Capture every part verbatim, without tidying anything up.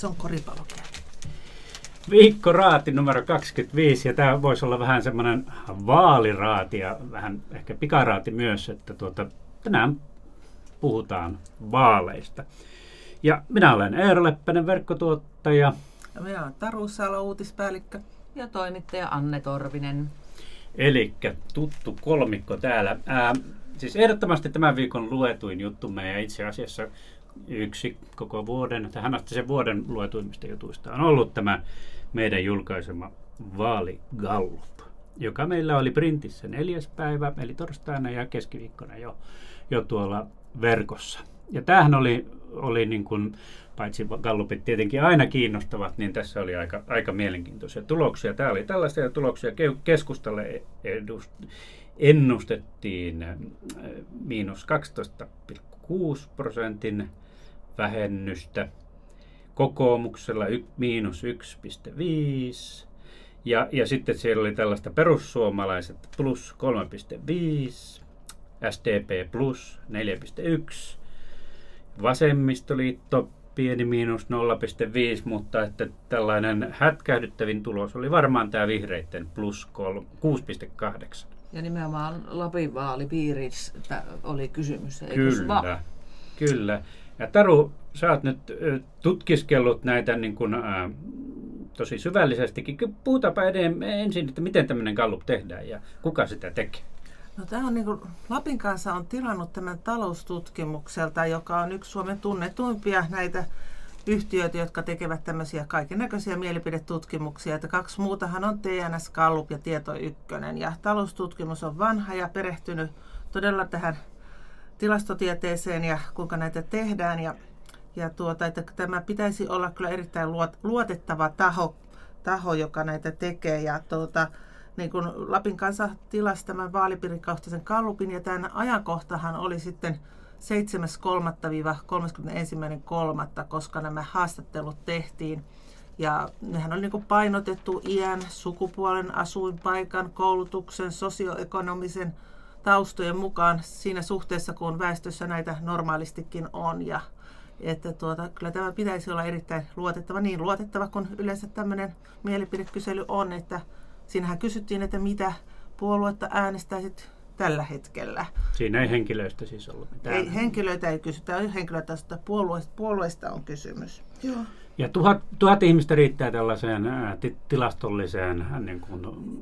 se on koripallokin. Viikkoraati numero kaksikymmentäviisi, ja tämä voisi olla vähän semmoinen vaaliraati ja vähän ehkä pikaraati myös, että tuota, tänään puhutaan vaaleista. Ja minä olen Eero Leppänen, verkkotuottaja. Ja minä olen Taru Salo, uutispäällikkö. Ja toimittaja Anne Torvinen. Elikkä tuttu kolmikko täällä. Ää, siis ehdottomasti tämän viikon luetuin juttumme ja itse asiassa yksi koko vuoden, tähän asti sen vuoden luetuimmista jutuista on ollut tämä meidän julkaisema vaaligallup, joka meillä oli printissä neljäs päivä, eli torstaina ja keskiviikkona jo, jo tuolla verkossa. Ja tämähän oli, oli niin kuin, paitsi gallupit tietenkin aina kiinnostavat, niin tässä oli aika, aika mielenkiintoisia tuloksia. Tämä oli tällaisia tuloksia. Keskustalle edust, ennustettiin miinus kaksitoista pilkku kuusi prosentin vähennystä. Kokoomuksella y, miinus yksi pilkku viisi. Ja, ja sitten siellä oli tällaista perussuomalaiset plus kolme pilkku viisi. S D P plus neljä pilkku yksi. Vasemmistoliitto pieni miinus nolla pilkku viisi, mutta että tällainen hätkähdyttävin tulos oli varmaan tämä vihreitten plus kuusi pilkku kahdeksan. Ja nimenomaan Lapin vaalipiirissä oli kysymys. Kyllä, kyllä. Ja Taru, sä oot nyt tutkiskellut näitä niin kuin, ä, tosi syvällisestikin. Puhutaanpa ensin, että miten tämmöinen gallup tehdään ja kuka sitä tekee. No, tämä on niin kuin, Lapin kanssa on tilannut tämän taloustutkimukselta, joka on yksi Suomen tunnetuimpia näitä yhtiöitä, jotka tekevät tämmöisiä kaikennäköisiä mielipidetutkimuksia. Että kaksi muutahan on T N S Gallup ja Tieto ykkönen. Ja taloustutkimus on vanha ja perehtynyt todella tähän tilastotieteeseen ja kuinka näitä tehdään. Ja, ja tuota, että tämä pitäisi olla kyllä erittäin luotettava taho, taho joka näitä tekee. Ja tuota, niin kuin Lapin kanssa tilasi tämän vaalipiirikautaisen gallupin, ja tämän ajankohtahan oli sitten seitsemäs kolmatta kolmaskymmenesensimmäinen kolmatta, koska nämä haastattelut tehtiin. Ja nehän oli niin kuin painotettu iän, sukupuolen, asuinpaikan, koulutuksen, sosioekonomisen taustojen mukaan siinä suhteessa, kun väestössä näitä normaalistikin on. Ja että tuota, kyllä tämä pitäisi olla erittäin luotettava, niin luotettava kuin yleensä tämmöinen mielipidekysely on, että siinähän kysyttiin, että mitä puoluetta äänestäisit tällä hetkellä. Siinä ei henkilöistä siis ollut mitään. Ei, henkilöitä ei kysytä, henkilöitä puolueista, puolueista on kysymys. Joo. Ja tuhat, tuhat ihmistä riittää tällaiseen ää, t- tilastolliseen ää, niin kuin,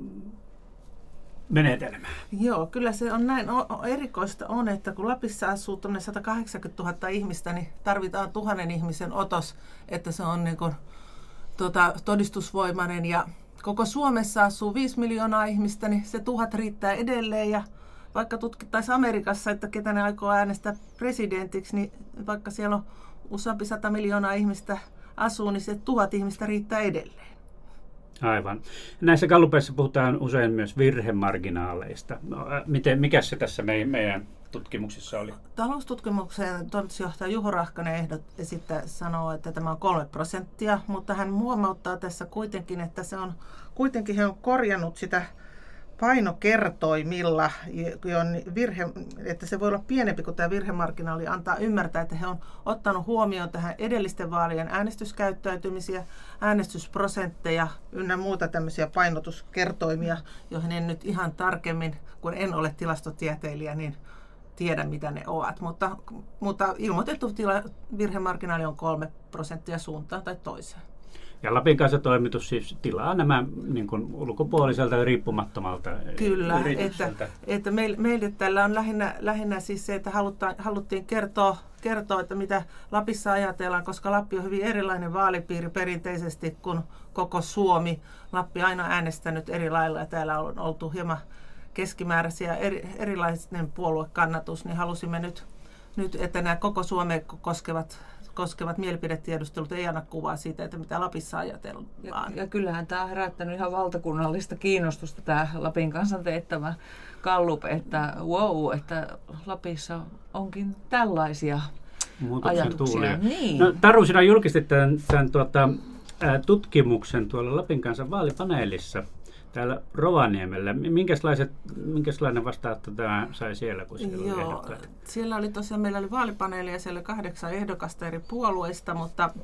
menetelmään. Joo, kyllä se on näin. O- o- erikoista on, että kun Lapissa asuu sata kahdeksankymmentätuhatta ihmistä, niin tarvitaan tuhannen ihmisen otos, että se on niin kuin, tuota, todistusvoimainen. Ja koko Suomessa asuu viisi miljoonaa ihmistä, niin se tuhat riittää edelleen. Ja vaikka tutkittaisiin Amerikassa, että ketä ne aikoo äänestää presidentiksi, niin vaikka siellä on useampi sata miljoonaa ihmistä asuu, niin se tuhat ihmistä riittää edelleen. Aivan. Näissä gallupeissa puhutaan usein myös virhemarginaaleista. Miten, mikä se tässä meidän tutkimuksissa oli? Taloustutkimuksen toimitusjohtaja Juho Rahkanen ehdot esittää sanoo, että tämä on kolme prosenttia, mutta hän huomauttaa tässä kuitenkin, että se on kuitenkin he on korjannut sitä painokertoimilla, virhe, että se voi olla pienempi kuin tämä virhemarginaali antaa ymmärtää, että he on ottanut huomioon tähän edellisten vaalien äänestyskäyttäytymisiä, äänestysprosentteja ynnä muuta tämmöisiä painotuskertoimia, joihin en nyt ihan tarkemmin, kun en ole tilastotieteilijä, niin tiedä mitä ne ovat, mutta, mutta ilmoitettu tila, virhemarginaali on kolme prosenttia suuntaan tai toiseen. Ja Lapin kanssa toimitus siis tilaa nämä niin kuin ulkopuoliselta ja riippumattomalta Kyllä, että, että meille, meille tällä on lähinnä, lähinnä siis se, että halutaan, haluttiin kertoa, kertoa, että mitä Lapissa ajatellaan, koska Lappi on hyvin erilainen vaalipiiri perinteisesti kuin koko Suomi. Lappi on aina äänestänyt eri lailla ja täällä on oltu hieman keskimääräisiä eri, erilainen puoluekannatus, niin halusimme nyt, nyt että nämä koko Suomea koskevat koskevat mielipidetiedustelut ei anna kuvaa siitä, että mitä Lapissa ajatellaan. Ja, ja kyllähän tämä on herättänyt ihan valtakunnallista kiinnostusta, tämä Lapin kansan teettämä gallup, että wow, että Lapissa onkin tällaisia muutoksen ajatuksia. Tuulia. Niin. No, Taru, sinä julkistit tämän, tämän tuota, ää, tutkimuksen tuolla Lapin kansan vaalipaneelissa täällä Rovaniemellä. Minkälaiset, minkälainen vastaanotto tämä sai siellä, kun siellä Joo, oli ehdokkaita? siellä oli tosiaan, meillä oli vaalipaneeli ja siellä oli kahdeksan ehdokasta eri puolueista, mutta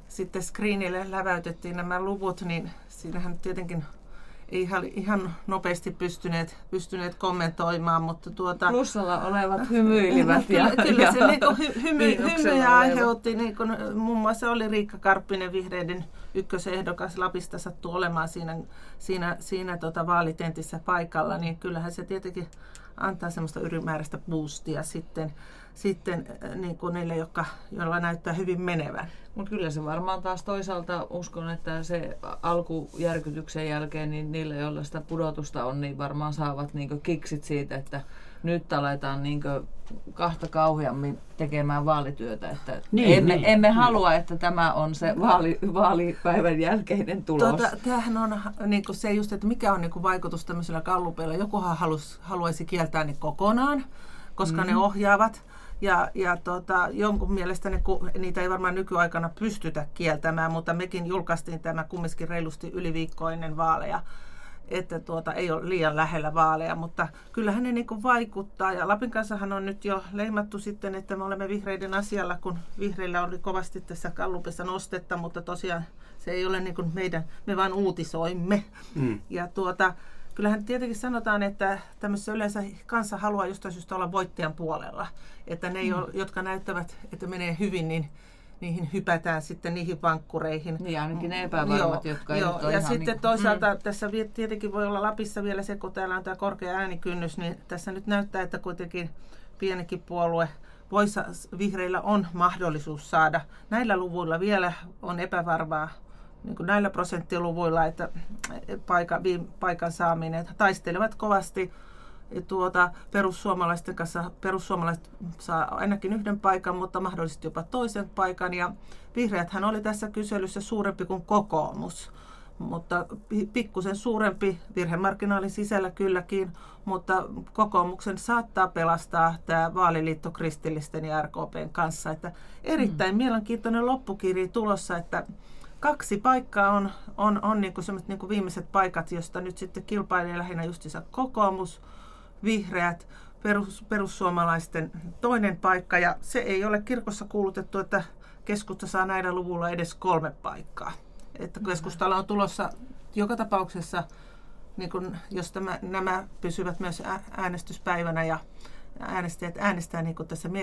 sitten screenille läväytettiin nämä luvut, niin siinähän tietenkin ei ihan, ihan nopeasti pystyneet, pystyneet kommentoimaan, mutta tuota... Plussalla olevat hymyilivät. kyllä, ja, kyllä ja, se niinku hy, hymy, hymyjä aiheutti, niin kun, muun muassa oli Riikka Karppinen, vihreiden ykkösehdokas Lapista sattuu olemaan siinä, siinä, siinä tota vaalitentissä paikalla, niin kyllähän se tietenkin antaa semmoista ylimääräistä boostia sitten, sitten niin kuin niille, jotka, joilla näyttää hyvin menevän. Mutta kyllä se varmaan taas toisaalta uskon, että se alkujärkytyksen jälkeen niin niille, joilla sitä pudotusta on, niin varmaan saavat niin kiksit siitä, että nyt aletaan niin kahta kauheammin tekemään vaalityötä. Että niin, emme, niin, emme niin. halua, että tämä on se vaali, vaalipäivän jälkeinen tulos. Tuota, tämähän on niin kuin se just, että mikä on niin kuin vaikutus tämmöisellä gallupeilla. Jokuhan halus, haluaisi kieltää ne kokonaan, koska mm. ne ohjaavat. Ja, ja tota, jonkun mielestä ne, niitä ei varmaan nykyaikana pystytä kieltämään, mutta mekin julkaistiin tämä kumminkin reilusti yli viikko ennen vaaleja, että tuota, ei ole liian lähellä vaaleja, mutta kyllähän ne niin kuin vaikuttaa. Ja Lapin kanssahan on nyt jo leimattu sitten, että me olemme vihreiden asialla, kun vihreillä oli kovasti tässä gallupissa nostetta, mutta tosiaan se ei ole niin kuin meidän, me vaan uutisoimme. Mm. Ja tuota, kyllähän tietenkin sanotaan, että tämmöisessä yleensä kansa haluaa jostain syystä olla voittajan puolella. Että ne, mm. jotka näyttävät, että menee hyvin, niin niihin hypätään sitten niihin vankkureihin. Niin ainakin ne epävarmat, joo, jotka joo. ei ole Ja ihan sitten niin... toisaalta mm. tässä tietenkin voi olla Lapissa vielä se, kun täällä on tämä korkea äänikynnys, niin tässä nyt näyttää, että kuitenkin pienikin puolue voissa, vihreillä on mahdollisuus saada. Näillä luvuilla vielä on epävarmaa, niin kuin näillä prosenttiluvuilla, että paikan, paikan saaminen taistelevat kovasti. Tuota, perussuomalaisten kanssa perussuomalaiset saa ainakin yhden paikan, mutta mahdollisesti jopa toisen paikan. Ja vihreäthän oli tässä kyselyssä suurempi kuin kokoomus, mutta pikkusen suurempi virhemarginaalin sisällä kylläkin, mutta kokoomuksen saattaa pelastaa tämä vaaliliitto kristillisten ja R K P:n kanssa. Että erittäin mm. mielenkiintoinen loppukirja tulossa, että kaksi paikkaa on, on, on niin kuin niin kuin viimeiset paikat, josta nyt sitten kilpailee lähinnä justiinsa kokoomus, vihreät, perus, perussuomalaisten toinen paikka. Ja se ei ole kirkossa kuulutettu, että keskusta saa näillä luvulla edes kolme paikkaa. Että keskustalla on tulossa joka tapauksessa, niin kun, jos tämä, nämä pysyvät myös äänestyspäivänä ja äänestäjät äänestää, niin kuin tässä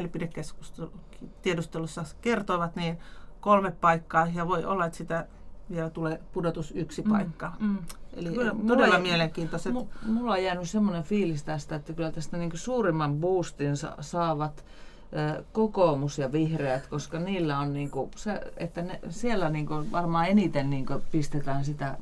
mielipidetiedustelussa kertovat, niin kolme paikkaa ja voi olla, että sitä vielä tulee pudotus yksi paikka. Mm, mm. Eli kyllä, todella mielenkiintoiset. Mulla on jäänyt semmoinen fiilis tästä, että kyllä tästä niin kuin suurimman boostin sa- saavat ö, kokoomus ja vihreät, koska niillä on niin kuin se, että ne, siellä niin kuin varmaan eniten niin kuin pistetään sitä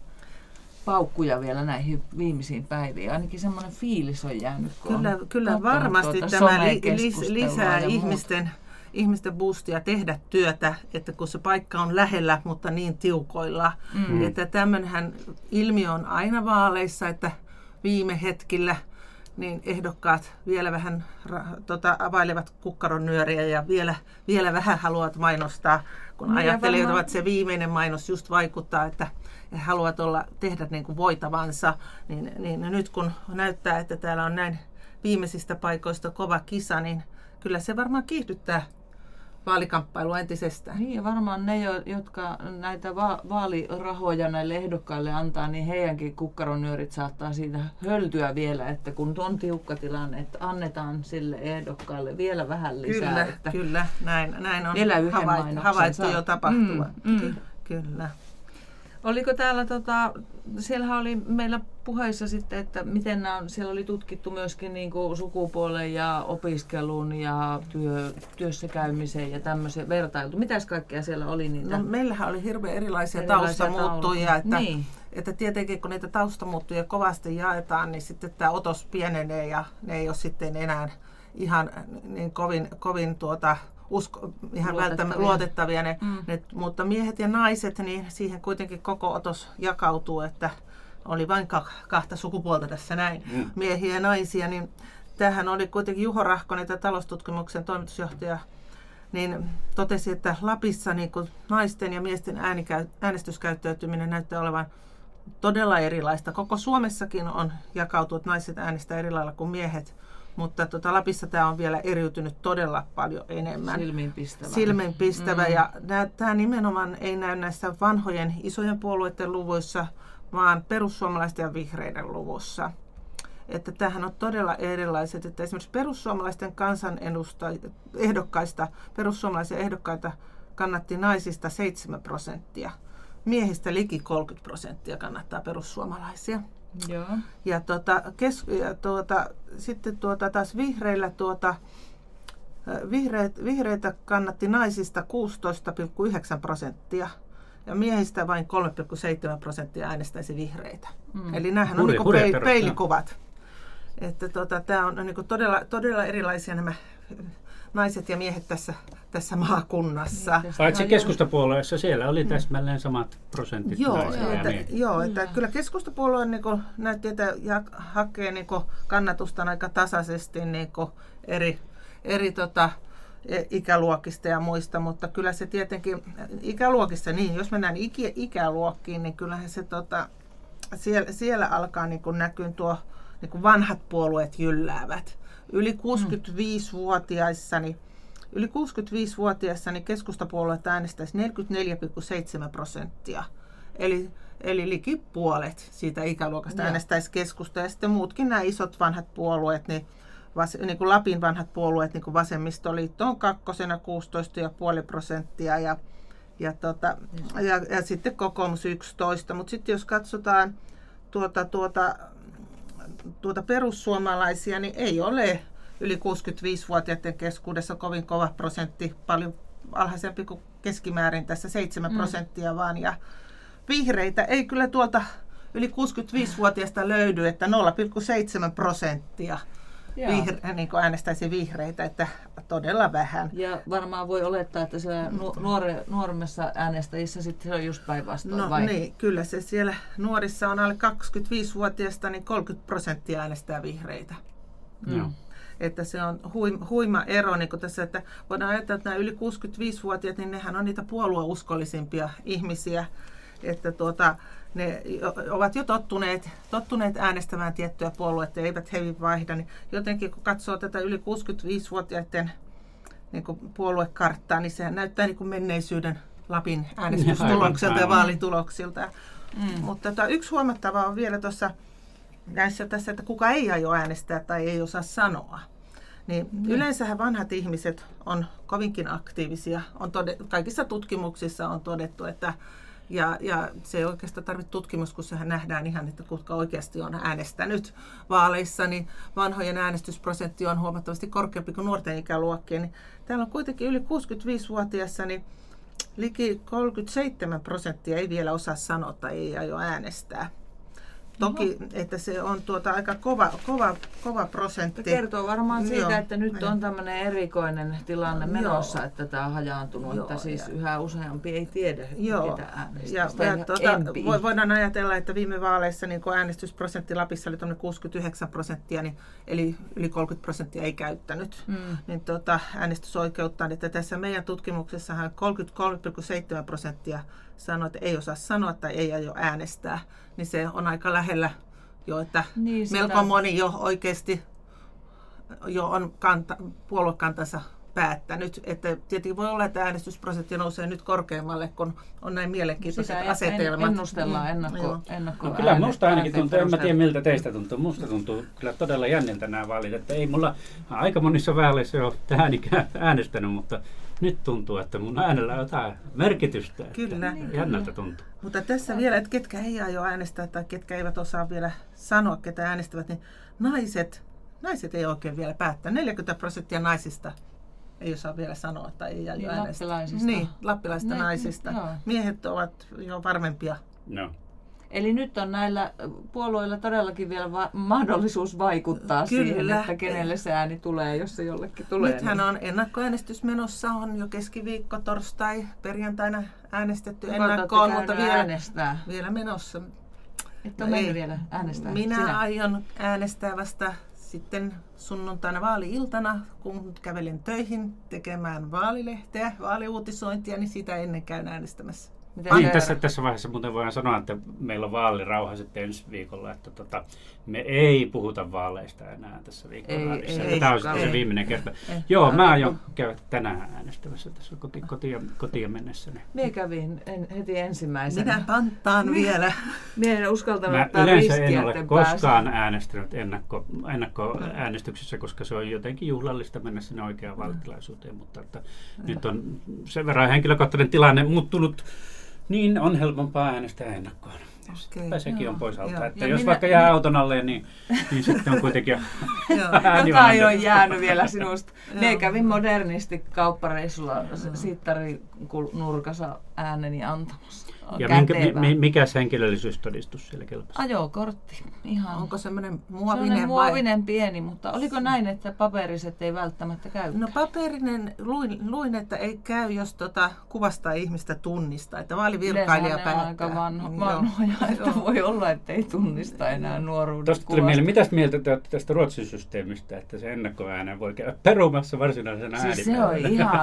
paukkuja vielä näihin viimeisiin päiviin. Ainakin semmoinen fiilis on jäänyt. Kyllä, kyllä varmasti tuota tämä li, li, lisää ihmisten ihmisten boostia tehdä työtä, että kun se paikka on lähellä, mutta niin tiukoilla. Mm. Että tämmöinenhän ilmiö on aina vaaleissa, että viime hetkillä niin ehdokkaat vielä vähän tota, availevat kukkaron nyöriä ja vielä, vielä vähän haluavat mainostaa, kun no, ajattelevat, että se viimeinen mainos just vaikuttaa, että he haluavat olla, tehdä niin kuin voitavansa. Niin, niin nyt kun näyttää, että täällä on näin viimeisistä paikoista kova kisa, niin kyllä se varmaan kiihdyttää vaalikamppailua entisestään. Niin, ja varmaan ne, jotka näitä va- vaalirahoja näille ehdokkaille antaa, niin heidänkin kukkaronyörit saattaa siitä höltyä vielä, että kun on tiukka tilanne, että annetaan sille ehdokkaalle vielä vähän lisää. Kyllä, että kyllä. Näin, näin on havait, havaittu jo tapahtua. Mm, mm. Kyllä. Oliko täällä, tota, siellähän oli meillä puheissa sitten, että miten nämä on, siellä oli tutkittu myöskin niin kuin sukupuolen ja opiskelun ja työ, työssä käymiseen ja tämmöisen vertailtu. Mitäs kaikkea siellä oli niitä? No, meillähän oli hirveän erilaisia, erilaisia taustamuuttujia, että, niin. että tietenkin kun niitä taustamuuttujia kovasti jaetaan, niin sitten tämä otos pienenee ja ne ei ole sitten enää ihan niin kovin, kovin tuota, usko, ihan välttämättä luotettavia ne, mm. ne, mutta miehet ja naiset, niin siihen kuitenkin koko otos jakautuu, että oli vain kahta sukupuolta tässä näin, mm. miehiä ja naisia, niin tämähän oli kuitenkin Juho Rahkonen, tämä taloustutkimuksen toimitusjohtaja, niin totesi, että Lapissa niin kun naisten ja miesten äänikäy, äänestyskäyttäytyminen näyttää olevan todella erilaista. Koko Suomessakin on jakautunut, että naiset äänestää eri lailla kuin miehet, Mutta tota, Lapissa tämä on vielä eriytynyt todella paljon enemmän. Silmiinpistävä. Silmiinpistävä. Mm. Ja tämä nimenomaan ei näy näissä vanhojen isojen puolueiden luvuissa, vaan perussuomalaisten ja vihreiden luvussa. Että tämähän on todella erilaiset, että esimerkiksi perussuomalaisten kansanehdokkaista, perussuomalaisia ehdokkaita kannatti naisista seitsemän prosenttia. Miehistä liki kolmekymmentä prosenttia kannattaa perussuomalaisia. Joo. Ja, tuota, kes, ja tuota, sitten tuota, taas vihreillä tuota, vihreät, vihreitä kannatti naisista kuusitoista pilkku yhdeksän prosenttia. Ja miehistä vain kolme pilkku seitsemän prosenttia äänestäisi vihreitä. Mm. Eli nämähän on Hurja, niinku hurja pe- perus, peilikuvat. Että tota, tämä on niinku todella, todella erilaisia nämä naiset ja miehet tässä, tässä maakunnassa. Paitsi keskustapuolueessa siellä oli täsmälleen samat prosentit. Joo, naisia että, ja joo että kyllä keskustapuolue niinku, näytti, että ja, hakee niinku, kannatusta aika tasaisesti niinku, eri, eri tota, ikäluokista ja muista, mutta kyllä se tietenkin ikäluokissa, niin jos mennään ikä, ikäluokkiin, niin kyllähän se tota, siellä, siellä alkaa niinku näkyä tuo niinku vanhat puolueet jylläävät. Yli kuusikymmentäviisivuotiaissa, niin, yli kuusikymmentäviisivuotiaissa niin keskustapuolueet äänestäisi neljäkymmentäneljä pilkku seitsemän prosenttia. Eli, eli liki puolet siitä ikäluokasta Joo. äänestäisi keskusta. Ja sitten muutkin nämä isot vanhat puolueet, niin, vas, niin kuin Lapin vanhat puolueet, niin kuin Vasemmistoliitto on kakkosena kuusitoista pilkku viisi prosenttia ja, ja, tota, ja, ja sitten kokoomus yksitoista. Mutta sitten jos katsotaan tuota, tuota, tuota perussuomalaisia, niin ei ole yli kuusikymmentäviisivuotiaiden keskuudessa kovin kova prosentti, paljon alhaisempi kuin keskimäärin tässä seitsemän prosenttia vaan. Ja vihreitä ei kyllä tuolta yli kuusikymmentäviisivuotiaista löydy, että nolla pilkku seitsemän prosenttia vihre, niin kuin äänestäisi vihreitä, että todella vähän. Ja varmaan voi olettaa, että siellä nuore, nuoremmassa äänestäjissä sitten se on just päinvastoin, No vai? niin, kyllä se siellä nuorissa on alle kaksikymmentäviisivuotiaista, niin kolmekymmentä prosenttia äänestää vihreitä. Mm. Että se on huima, huima ero niin kuin tässä, että voidaan ajatella, että nämä yli kuusikymmentäviisivuotiaat, niin nehän on niitä puolueuskollisimpia ihmisiä, että tuota, ne ovat jo tottuneet, tottuneet äänestämään tiettyä puoluetta ja eivät hevin vaihda, niin jotenkin kun katsoo tätä yli kuusikymmentäviisivuotiaiden niin kuin puoluekarttaa, niin se näyttää niin kuin menneisyyden Lapin äänestystuloksilta ja vaalituloksilta. Mm. Mutta tota, yksi huomattava on vielä tuossa näissä tässä, että kuka ei aio äänestää tai ei osaa sanoa. Niin mm. Yleensähän vanhat ihmiset on kovinkin aktiivisia. On tode, kaikissa tutkimuksissa on todettu, että ja, ja se ei oikeastaan tarvitse tutkimus, kun sehän nähdään ihan, että kuka oikeasti on äänestänyt vaaleissa, niin vanhojen äänestysprosentti on huomattavasti korkeampi kuin nuorten ikäluokkien. Niin täällä on kuitenkin yli kuusikymmentäviisivuotiaissa, niin liki kolmekymmentäseitsemän prosenttia ei vielä osaa sanoa tai ei aio äänestää. Toki, että se on tuota aika kova, kova, kova prosentti. Se kertoo varmaan siitä, Joo. että nyt on tämmöinen erikoinen tilanne menossa, Joo. että tämä on hajaantunut, Joo, että siis ja yhä useampi ei tiedä, Joo. ketä äänestää. Ja, Sitä ja tuota, empii. voidaan ajatella, että viime vaaleissa niin kun äänestysprosentti Lapissa oli kuusikymmentäyhdeksän prosenttia, niin, eli yli kolmekymmentä prosenttia ei käyttänyt Mm. niin tuota, äänestysoikeuttaan. Että tässä meidän tutkimuksessahan kolmekymmentäkolme pilkku seitsemän prosenttia sanoi, että ei osaa sanoa tai ei aio äänestää. Niin se on aika lähellä jo, että Niin, sitä... melko moni jo oikeasti jo on kanta, puoluekantansa päättänyt. Että tietenkin voi olla, että äänestysprosentti nousee nyt korkeammalle, kun on näin mielenkiintoiset Sitä asetelmat. ennustellaan ennakko, Joo. ennakko No kyllä musta ainakin tuntuu, en mä perusteella. tiedä miltä teistä tuntuu, musta tuntuu kyllä todella jänniltä nämä vaalit, että ei mulla aika monissa vaaleissa jo tähän ikään äänestänyt, mutta nyt tuntuu, että mun äänellä on jotain merkitystä. Että Kyllä. jännältä tuntuu. Mutta tässä vielä, että ketkä ei aio äänestää tai ketkä eivät osaa vielä sanoa, ketä äänestävät, niin naiset, naiset ei oikein vielä päättää. neljäkymmentä prosenttia naisista ei osaa vielä sanoa tai ei aio Niin, äänestää. lappilaisista. Niin, lappilaisista Ne- naisista. joo. Miehet ovat jo varmempia. No. Eli nyt on näillä puolueilla todellakin vielä va- mahdollisuus vaikuttaa Kyllä. siihen, että kenelle se ääni tulee, jos se jollekin tulee. Nythän niin. on ennakkoäänestys menossa, on jo keskiviikko, torstai, perjantaina äänestetty Joko te olette ennakkoon, mutta käynyt vielä, äänestää? vielä menossa. Et ole No mennyt ei. vielä äänestää? Minä Sinä? aion äänestää vasta sitten sunnuntaina vaali-iltana, kun kävelen töihin tekemään vaalilehteä, vaaliuutisointia, niin sitä ennen käyn äänestämässä. Miten Niin, se- tässä, tässä vaiheessa muuten voidaan sanoa, että meillä on vaalirauha sitten ensi viikolla, että tota, me ei puhuta vaaleista enää tässä viikolla. Ei, ei, Tämä on ei, sitten se ei. viimeinen kerta. Ei. Joo, mä aion käydä tänään äänestämässä tässä koti, kotia, kotia mennessä. Mie kävin en, heti ensimmäisenä. Minä panttaan vielä. Mie en uskaltanut Mä ottaa yleensä riskiä, en ole etten koskaan pääse. äänestänyt ennakko, ennakkoäänestyksessä, koska se on jotenkin juhlallista mennä sinne oikeaan vaalitilaisuuteen, mutta että nyt on sen verran henkilökohtainen tilanne muuttunut, niin on helpompaa äänestää ennakkoon. Okei. Sekin on Joo. pois alta. Joo. Että Ja jos minä- vaikka jää auton alle, niin, niin sitten on kuitenkin Joo. ääni Jotain vaan- on jäänyt vielä sinusta. Mie Joo. kävin modernisti kauppareissulla sittari nurkassa ääneni antamassa. Ja minkä, mi, Kätevä. mi, mikäs henkilöllisyystodistus siellä kelpasi? Ajokortti. Ihan. Onko semmoinen Sellainen muovinen vai? muovinen pieni, mutta oliko näin, että paperiset ei välttämättä käy? No paperinen, luin, luin, että ei käy, jos tota, kuvasta ihmistä tunnista, että vaalivirkailija Yleensä ne on päättää. aika vanho, Joo. vanhoja, että Joo. voi olla, että ei tunnista enää nuoruuden Tuosta tuli kuvasta. mieleen, mitäs mieltä te olette tästä Ruotsin systeemistä, että se ennakkoäänen voi käydä perumassa varsinaisena Siis se äänipäivänä? on ihan,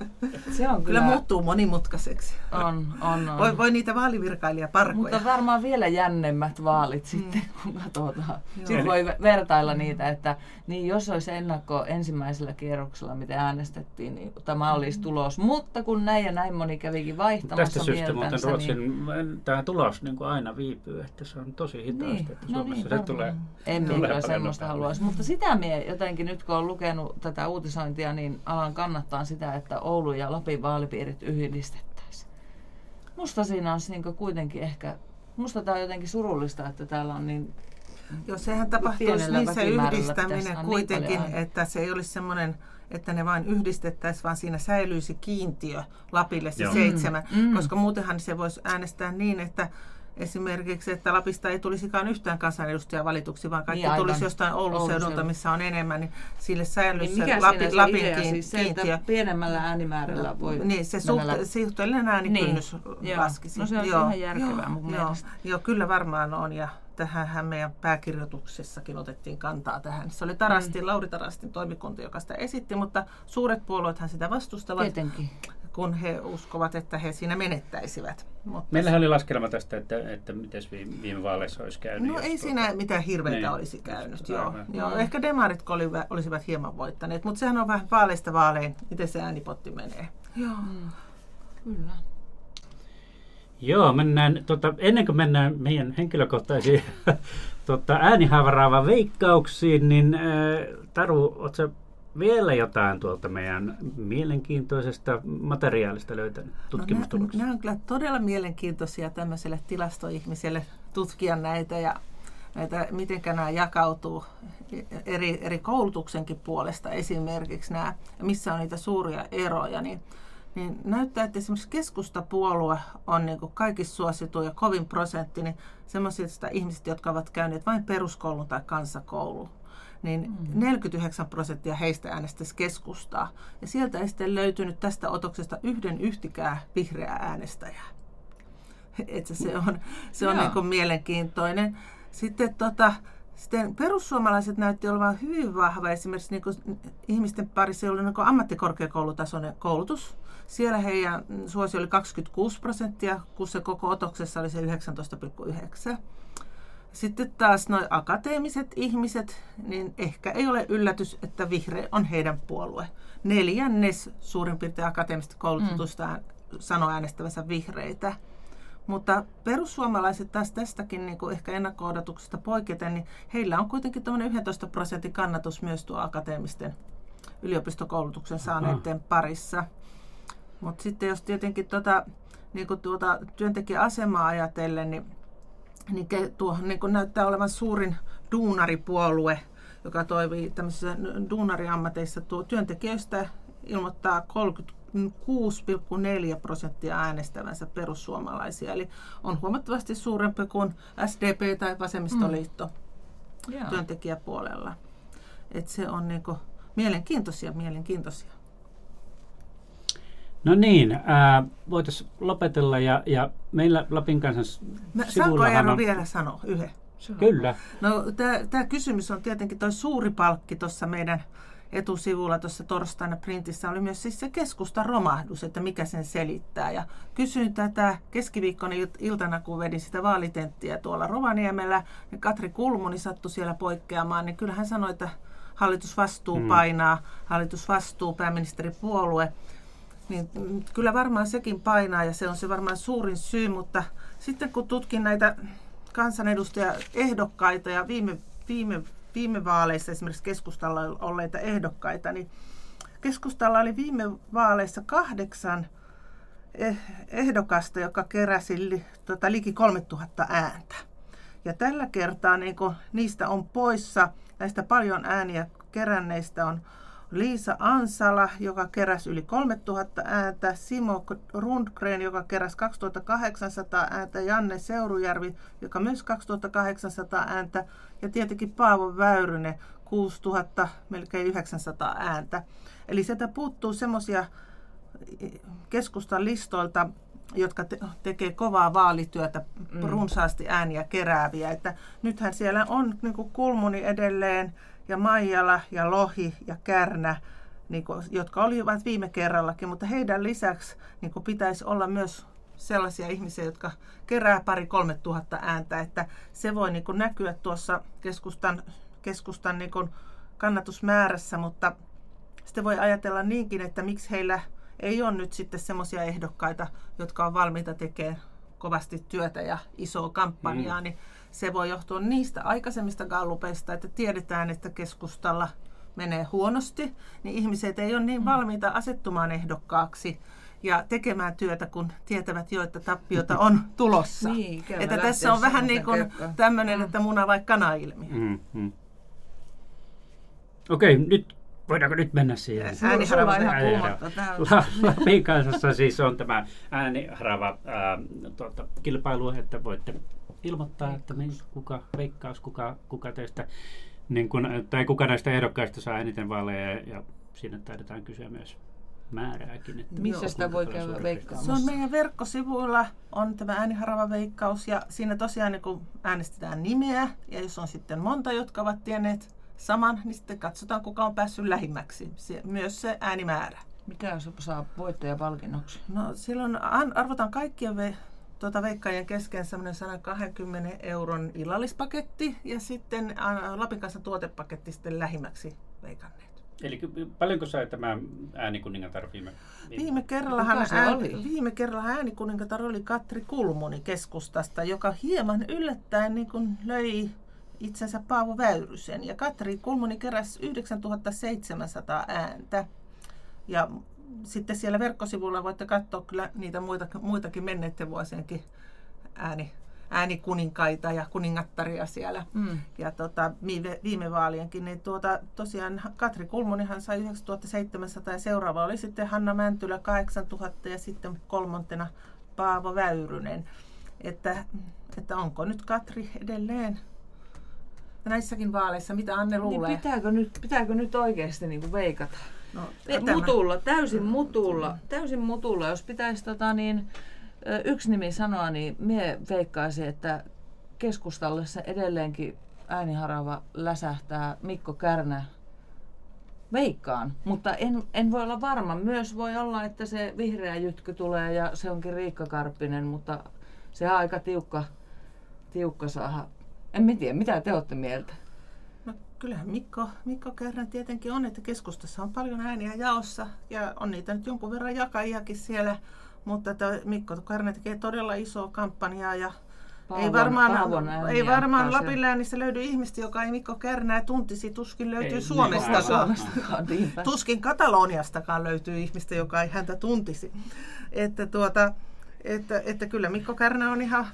se on Kyllä kyllä, muuttuu monimutkaiseksi. on, on, on. Voi, voi niitä vaalivirkailijaparkoja. Mutta varmaan vielä jännemmät vaalit sitten, kun katsotaan. Sitten Eli- voi vertailla niitä, että niin jos olisi ennakko ensimmäisellä kierroksella, miten äänestettiin, niin tämä olisi tulos. Mutta kun näin ja näin moni kävikin vaihtamassa Tästä syystä muuten mieltänsä, Ruotsin tämä tulos niin kuin aina viipyy, että se on tosi hitaasti, Niin, että no Suomessa niin, se varmaan. tulee. En tulee minä kyllä paljon semmoista nopeammin. haluaisi. Mutta sitä mie jotenkin nyt kun olen lukenut tätä uutisointia, niin alan kannattaa sitä, että Oulun ja Lapin vaalipiirit yhdistettäisiin. Musta siinä on niinku kuitenkin ehkä, musta tämä on jotenkin surullista, että täällä on niin. Joo, sehän tapahtuisi Pienellä niin se väkimäärällä yhdistäminen pitäisi olla niin kuitenkin, paljon aina. että se ei olisi semmoinen, että ne vain yhdistettäisiin, vaan siinä säilyisi kiintiö Lapille se Joo. seitsemän, Mm, mm. koska muutenhan se voisi äänestää niin, että esimerkiksi, että Lapista ei tulisikaan yhtään kansanedustajaa valituksi, vaan kaikki Niin, aivan. tulisi jostain Oulun Oulun seudulta, seudulta. missä on enemmän, niin sille säilyisi Niin mikä se siinä Lapin, se Lapin idea, kiin- siis se, kiintiö. että pienemmällä äänimäärällä voi Niin, se mennä suhte- suhteellinen äänikynnys Niin, joo. laskisi. No se on ihan järkevää mun joo, mielestä. joo, kyllä varmaan on. Ja tähänhän meidän pääkirjoituksessakin otettiin kantaa tähän. Se oli Tarastin, mm. Lauri Tarastin toimikunta, joka sitä esitti, mutta suuret puolueethan sitä vastustavat, Tietenkin. kun he uskovat, että he siinä menettäisivät. Mutta Meillähän oli laskelma tästä, että, että miten viime, viime vaaleissa olisi käynyt. No jos ei tuota- siinä mitään hirveitä Niin. olisi käynyt. Joo. Aivan. Joo. Mm. Ehkä demarit oli- olisivat hieman voittaneet, mutta sehän on vähän vaaleista vaaleen, miten se äänipotti menee. Joo. Mm. Kyllä. Joo, mennään, tota, ennen kuin mennään meidän henkilökohtaisiin tota, äänihaavaraava veikkauksiin, niin ää, Taru, ootko vielä jotain tuolta meidän mielenkiintoisesta materiaalista löytänyt tutkimustuloksia? No, nämä on kyllä todella mielenkiintoisia tämmöiselle tilastoihmiselle tutkia näitä ja näitä, miten nämä jakautuu eri, eri koulutuksenkin puolesta esimerkiksi nämä, missä on niitä suuria eroja, niin, niin näyttää, että esimerkiksi keskustapuolue on niin kuin kaikissa suosituin ja kovin prosentti, niin semmoisista ihmisistä, jotka ovat käyneet vain peruskoulun tai kansakoulun, niin mm. neljäkymmentäyhdeksän prosenttia heistä äänestäisi keskustaa. Ja sieltä ei sitten löytynyt tästä otoksesta yhden yhtikään vihreää äänestäjää. Että se on, se on Joo. niin kuin mielenkiintoinen. Sitten, tota, sitten perussuomalaiset näytti olevan hyvin vahva esimerkiksi niin kuin ihmisten parissa, joilla oli niin kuin ammattikorkeakoulutasoinen koulutus. Siellä heidän suosio oli kaksikymmentäkuusi prosenttia, kun se koko otoksessa oli se yhdeksäntoista pilkku yhdeksän. Sitten taas nuo akateemiset ihmiset, niin ehkä ei ole yllätys, että vihreä on heidän puolue. Neljännes suurin piirtein akateemista koulutusta mm. sanoo äänestävänsä vihreitä. Mutta perussuomalaiset taas tästäkin niin kuin ehkä ennakko-odotuksesta poiketen, niin heillä on kuitenkin tämmöinen yksitoista prosentin kannatus myös tuo akateemisten yliopistokoulutuksen saaneiden Aha. parissa. Mutta sitten jos tietenkin tuota, niin kuin tuota työntekijäasemaa ajatellen, niin niin tuohon niin näyttää olevan suurin duunaripuolue, joka toimii tämmöisissä duunariammateissa. Tuo työntekijöistä ilmoittaa kolmekymmentäkuusi pilkku neljä prosenttia äänestävänsä perussuomalaisia, eli on huomattavasti suurempi kuin S D P tai Vasemmistoliitto mm. työntekijäpuolella. Et se on niin kuin mielenkiintoisia, mielenkiintoisia. No niin, äh, voitaisiin lopetella ja, ja meillä Lapin kansan Saanko Eero on... vielä sanoa yhden? Kyllä. No tämä kysymys on tietenkin tuo suuri palkki tuossa meidän etusivulla tuossa torstaina printissä oli myös siis se keskustan romahdus, että mikä sen selittää. Ja kysyin tätä keskiviikkona iltana, kun vedin sitä vaalitenttiä tuolla Rovaniemellä, niin Katri Kulmuni sattui siellä poikkeamaan, niin kyllä hän sanoi, että hallitusvastuu hmm. painaa, hallitusvastuu, pääministeripuolue. Niin kyllä varmaan sekin painaa ja se on se varmaan suurin syy, mutta sitten kun tutkin näitä kansanedustajaehdokkaita ja viime, viime, viime vaaleissa esimerkiksi keskustalla olleita ehdokkaita, niin keskustalla oli viime vaaleissa kahdeksan ehdokasta, joka keräsi li, tota, liki kolmetuhatta ääntä. Ja tällä kertaa niin kun niistä on poissa, näistä paljon ääniä keränneistä on Liisa Ansala, joka keräsi yli kolmetuhatta ääntä, Simo Rundgren, joka keräsi kaksituhattakahdeksansataa ääntä, Janne Seurujärvi, joka myös kaksituhattakahdeksansataa ääntä, ja tietenkin Paavo Väyrynen, kuusituhatta, melkein yhdeksänsataa ääntä. Eli sieltä puuttuu semmoisia keskustan listoilta, jotka te- tekee kovaa vaalityötä, mm. runsaasti ääniä kerääviä. Että nythän siellä on niin kuin Kulmuni edelleen, ja Maijala ja Lohi ja Kärnä, niin kuin, jotka olivat viime kerrallakin, mutta heidän lisäksi niin kuin pitäisi olla myös sellaisia ihmisiä, jotka kerää pari kolme tuhatta ääntä, että se voi niin kuin näkyä tuossa keskustan, keskustan niin kuin kannatusmäärässä, mutta sitten voi ajatella niinkin, että miksi heillä ei ole nyt sitten semmoisia ehdokkaita, jotka on valmiita tekemään kovasti työtä ja isoa kampanjaa, mm. niin se voi johtua niistä aikaisemmista gallupeista, että tiedetään, että keskustalla menee huonosti, niin ihmiset ei ole niin valmiita asettumaan ehdokkaaksi ja tekemään työtä, kun tietävät jo, että tappiota on tulossa. Niin, että tässä on vähän niin kuin tämmöinen, mm. että muna vai kana ilmiö. Mm, mm. Okei, nyt voidaanko nyt mennä siihen? Ääniharava ihan kuumotta. Lapin kansassa siis on tämä ääniharava ää, tuota, kilpailu, että voitte ilmoittaa, että me, kuka veikkaus, kuka, kuka teistä, niin kun, tai kuka näistä ehdokkaista saa eniten vaaleja, ja siinä taidetaan kysyä myös määrääkin. Että missä sitä voi käydä veikkaamassa? Se on meidän verkkosivuilla, on tämä ääniharava veikkaus, ja siinä tosiaan niin kun äänestetään nimeä, ja jos on sitten monta, jotka ovat tienneet saman, niin sitten katsotaan, kuka on päässyt lähimmäksi. Se, myös se äänimäärä. Mikä se saa voittajapalkinnoksi? No silloin arvotaan kaikkien ve, tuota, veikkaajien kesken semmoinen sata kaksikymmentä euron illallispaketti ja sitten Lapin kansan tuotepaketti sitten lähimmäksi veikanneet. Eli paljonko sai tämä Äänikuningatar viime? Viime kerrallahan, ääni, viime kerralla Äänikuningatar oli Katri Kulmuni keskustasta, joka hieman yllättäen niin kuin löi itsensä Paavo Väyrysen. Ja Katri Kulmuni keräsi yhdeksäntuhatta seitsemänsataa ääntä. Ja sitten siellä verkkosivulla voitte katsoa kyllä niitä muita, muitakin menneiden vuosienkin ääni, äänikuninkaita ja kuningattaria siellä. Mm. Ja tota, viime, viime vaalienkin. Niin tuota, tosiaan Katri Kulmunihan sai yhdeksäntuhatta seitsemänsataa ja seuraava oli sitten Hanna Mäntylä kahdeksantuhatta ja sitten kolmantena Paavo Väyrynen. Että, että onko nyt Katri edelleen näissäkin vaaleissa, mitä Anne luulee? Niin pitääkö, nyt, pitääkö nyt oikeasti niin kuin veikata? No, mutulla, täysin mutulla, täysin mutulla. Jos pitäisi tota, niin, yksi nimi sanoa, niin mie veikkaisin, että keskustalle se edelleenkin ääniharava läsähtää Mikko Kärnä. Veikkaan, mutta en, en voi olla varma. Myös voi olla, että se vihreä jytky tulee ja se onkin Riikka Karppinen, mutta se on aika tiukka, tiukka saada. En tiedä, mitä te olette mieltä? No kyllähän Mikko, Mikko Kärnä tietenkin on, että keskustassa on paljon ääniä jaossa ja on niitä nyt jonkun verran jakajiakin siellä, mutta että Mikko Kärnä tekee todella isoa kampanjaa ja Paavon, ei varmaan, ei varmaan Lapin läänissä löydy ihmistä, joka ei Mikko Kärnää tuntisi, tuskin löytyy ei, Suomestakaan. Niin, tuskin Kataloniastakaan löytyy ihmistä, joka ei häntä tuntisi. Että tuota... Että, että kyllä Mikko Kärnä on ihan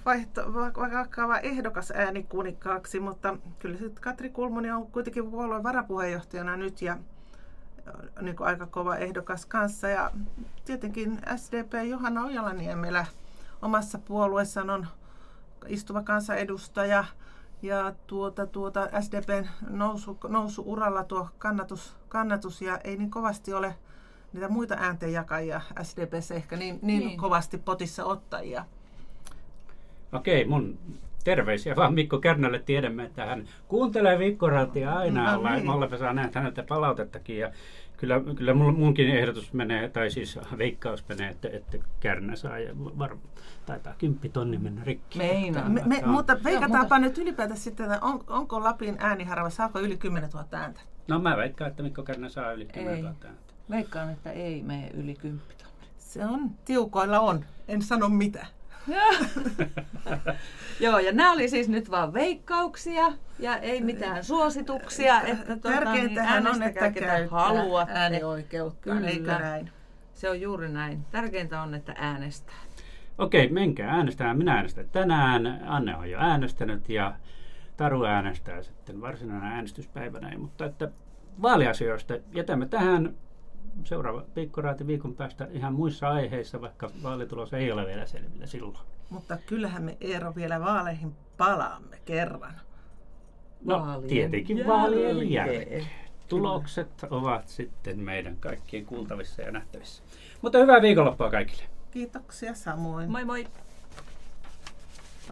vakava ehdokas äänikunikkaaksi, mutta kyllä sitten Katri Kulmuni on kuitenkin puolueen varapuheenjohtajana nyt ja niin kuin aika kova ehdokas kanssa. Ja tietenkin S D P Johanna Ojala-Niemelä omassa puolueessaan on istuva kansanedustaja ja tuota, tuota S D P:n nousu, nousu uralla tuo kannatus, kannatus ja ei niin kovasti ole niitä muita ääntenjakajia S D P:ssä ehkä niin, niin, niin kovasti potissa ottajia. Okei, mun terveisiä vaan Mikko Kärnälle. Tiedämme, että hän kuuntelee Viikkoratia aina. No niin. Me olemme saaneet häneltä palautettakin. Ja kyllä, kyllä munkin ehdotus menee, tai siis veikkaus menee, että, että Kärnä saa ja var, taitaa kymppitonni mennä rikki. Meinaan. Me, me, mutta veikataanpa mutta... nyt ylipäätään sitten, että on, onko Lapin ääniharava, saako yli kymmenen tuhatta ääntä? No mä veikkaan, että Mikko Kärnä saa yli kymmenen tuhatta ääntä. Veikkaan, että ei mene yli kymppitonni. Se on, tiukoilla on, en sano mitä. Joo, ja nämä oli siis nyt vaan veikkauksia ja ei mitään suosituksia. Että tärkeintähän tuota, on, niin että käyttää äänioikeutta, Kyllä. eikö näin? Se on juuri näin. Tärkeintä on, että äänestää. Okei, menkää äänestämään. Minä äänestän tänään. Anne on jo äänestänyt ja Taru äänestää sitten varsinaisena äänestyspäivänä. Mutta että vaaliasioista jätämme tähän. Seuraava Viikkoraati viikon päästä ihan muissa aiheissa, vaikka vaalitulos ei ole vielä selvillä silloin. Mutta kyllähän me Eero vielä vaaleihin palaamme kerran. No Vaalien tietenkin vaalien jälkeen. jälkeen. Tulokset ovat sitten meidän kaikkien kuultavissa ja nähtävissä. Mutta hyvää viikonloppua kaikille. Kiitoksia samoin. Moi moi!